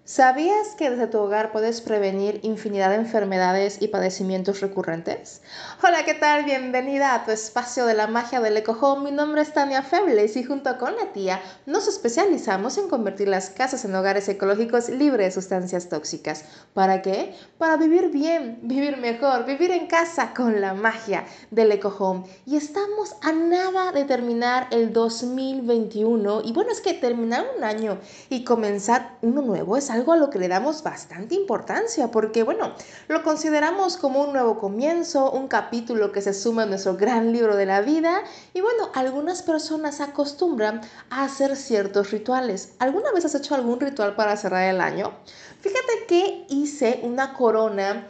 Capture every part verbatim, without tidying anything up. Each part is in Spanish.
¿Sabías que desde tu hogar puedes prevenir infinidad de enfermedades y padecimientos recurrentes? Hola, ¿qué tal? Bienvenida a tu espacio de la magia del Eco Home. Mi nombre es Tania Febles y junto con la tía nos especializamos en convertir las casas en hogares ecológicos libres de sustancias tóxicas. ¿Para qué? Para vivir bien, vivir mejor, vivir en casa con la magia del Eco Home. Y estamos a nada de terminar el dos mil veintiuno y bueno, es que terminar un año y comenzar uno nuevo es algo a lo que le damos bastante importancia porque, bueno, lo consideramos como un nuevo comienzo, un capítulo que se suma a nuestro gran libro de la vida y, bueno, algunas personas acostumbran a hacer ciertos rituales. ¿Alguna vez has hecho algún ritual para cerrar el año? Fíjate que hice una corona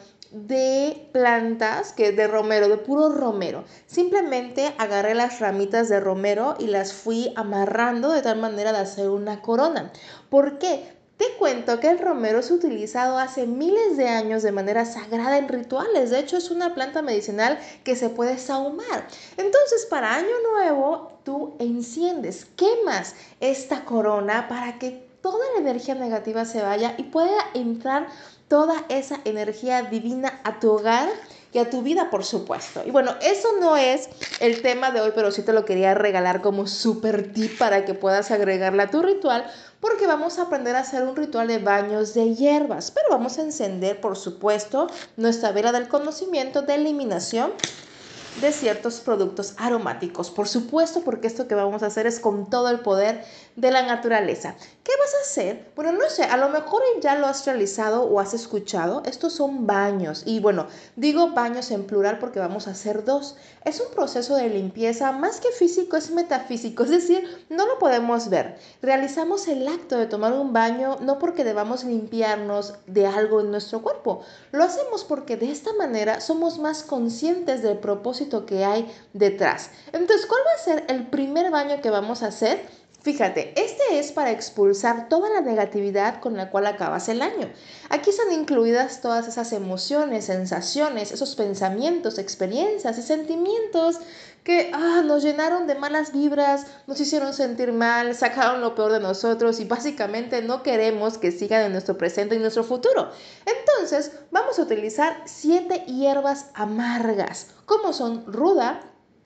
de plantas, que de romero, de puro romero. Simplemente agarré las ramitas de romero y las fui amarrando de tal manera de hacer una corona. ¿Por qué? Te cuento que el romero es utilizado hace miles de años de manera sagrada en rituales. De hecho, es una planta medicinal que se puede sahumar. Entonces, para Año Nuevo, tú enciendes, quemas esta corona para que toda la energía negativa se vaya y pueda entrar toda esa energía divina a tu hogar y a tu vida, por supuesto. Y bueno, eso no es el tema de hoy, pero sí te lo quería regalar como super tip para que puedas agregarla a tu ritual, porque vamos a aprender a hacer un ritual de baños de hierbas, pero vamos a encender, por supuesto, nuestra vela del conocimiento de eliminación de ciertos productos aromáticos. Por supuesto, porque esto que vamos a hacer es con todo el poder de la naturaleza. ¿Qué vas a hacer? Bueno, no sé, a lo mejor ya lo has realizado o has escuchado. Estos son baños. Y bueno, digo baños en plural porque vamos a hacer dos. Es un proceso de limpieza más que físico, es metafísico. Es decir, no lo podemos ver. Realizamos el acto de tomar un baño no porque debamos limpiarnos de algo en nuestro cuerpo. Lo hacemos porque de esta manera somos más conscientes del propósito que hay detrás. Entonces, ¿cuál va a ser el primer baño que vamos a hacer? Fíjate, este es para expulsar toda la negatividad con la cual acabas el año. Aquí están incluidas todas esas emociones, sensaciones, esos pensamientos, experiencias y sentimientos que ah, nos llenaron de malas vibras, nos hicieron sentir mal, sacaron lo peor de nosotros y básicamente no queremos que sigan en nuestro presente y nuestro futuro. Entonces, vamos a utilizar siete hierbas amargas, como son ruda,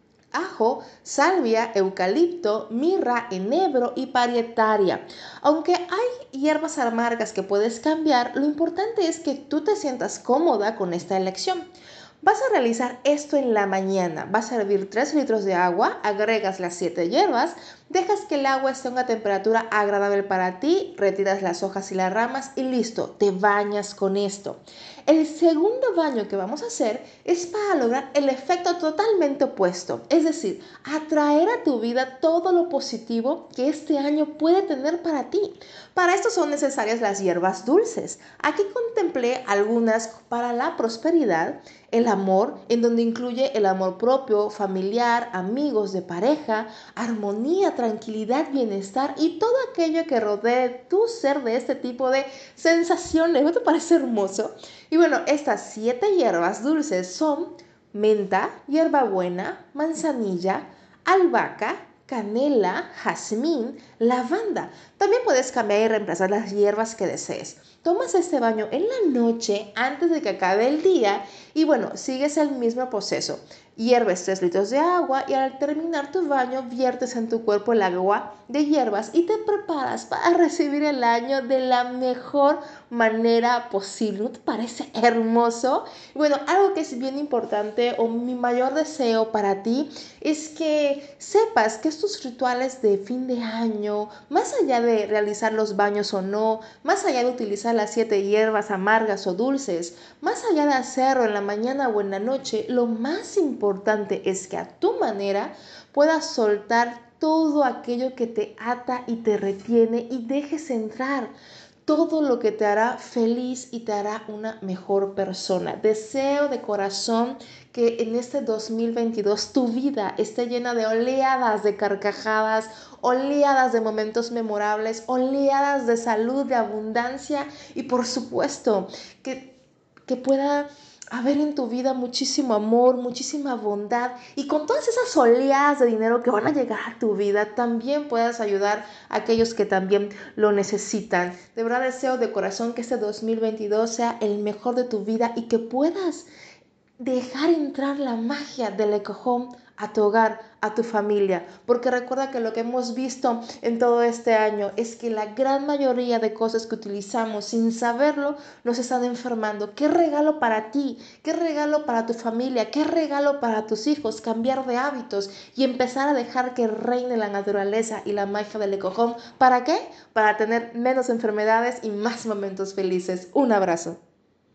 ajo, salvia, eucalipto, mirra, enebro y parietaria. Aunque hay hierbas amargas que puedes cambiar, lo importante es que tú te sientas cómoda con esta elección. Vas a realizar esto en la mañana. Vas a hervir tres litros de agua, agregas las siete hierbas, dejas que el agua esté a una temperatura agradable para ti, retiras las hojas y las ramas y listo, te bañas con esto. El segundo baño que vamos a hacer es para lograr el efecto totalmente opuesto, es decir, atraer a tu vida todo lo positivo que este año puede tener para ti. Para esto son necesarias las hierbas dulces. Aquí contemplé algunas para la prosperidad, el amor, en donde incluye el amor propio, familiar, amigos, de pareja, armonía, tranquilidad, bienestar y todo aquello que rodee tu ser de este tipo de sensaciones. ¿No te parece hermoso? Y bueno, estas siete hierbas dulces son menta, hierbabuena, manzanilla, albahaca, canela, jazmín, lavanda. También puedes cambiar y reemplazar las hierbas que desees. Tomas este baño en la noche antes de que acabe el día y bueno, sigues el mismo proceso. Hierves tres litros de agua y al terminar tu baño viertes en tu cuerpo el agua de hierbas y te preparas para recibir el año de la mejor manera posible. ¿No te parece hermoso? Bueno, algo que es bien importante o mi mayor deseo para ti es que sepas que estos rituales de fin de año, más allá de realizar los baños o no, más allá de utilizar las siete hierbas amargas o dulces, más allá de hacerlo en la mañana o en la noche, lo más importante es que a tu manera puedas soltar todo aquello que te ata y te retiene y dejes entrar todo lo que te hará feliz y te hará una mejor persona. Deseo de corazón que en este dos mil veintidós tu vida esté llena de oleadas de carcajadas, oleadas de momentos memorables, oleadas de salud, de abundancia y por supuesto que, que pueda a ver en tu vida muchísimo amor, muchísima bondad y con todas esas oleadas de dinero que van a llegar a tu vida, también puedas ayudar a aquellos que también lo necesitan. De verdad deseo de corazón que este dos mil veintidós sea el mejor de tu vida y que puedas dejar entrar la magia del Eco Home a tu hogar, a tu familia, porque recuerda que lo que hemos visto en todo este año es que la gran mayoría de cosas que utilizamos sin saberlo nos están enfermando. ¿Qué regalo para ti? ¿Qué regalo para tu familia? ¿Qué regalo para tus hijos? Cambiar de hábitos y empezar a dejar que reine la naturaleza y la magia del Eco Home. ¿Para qué? Para tener menos enfermedades y más momentos felices. Un abrazo.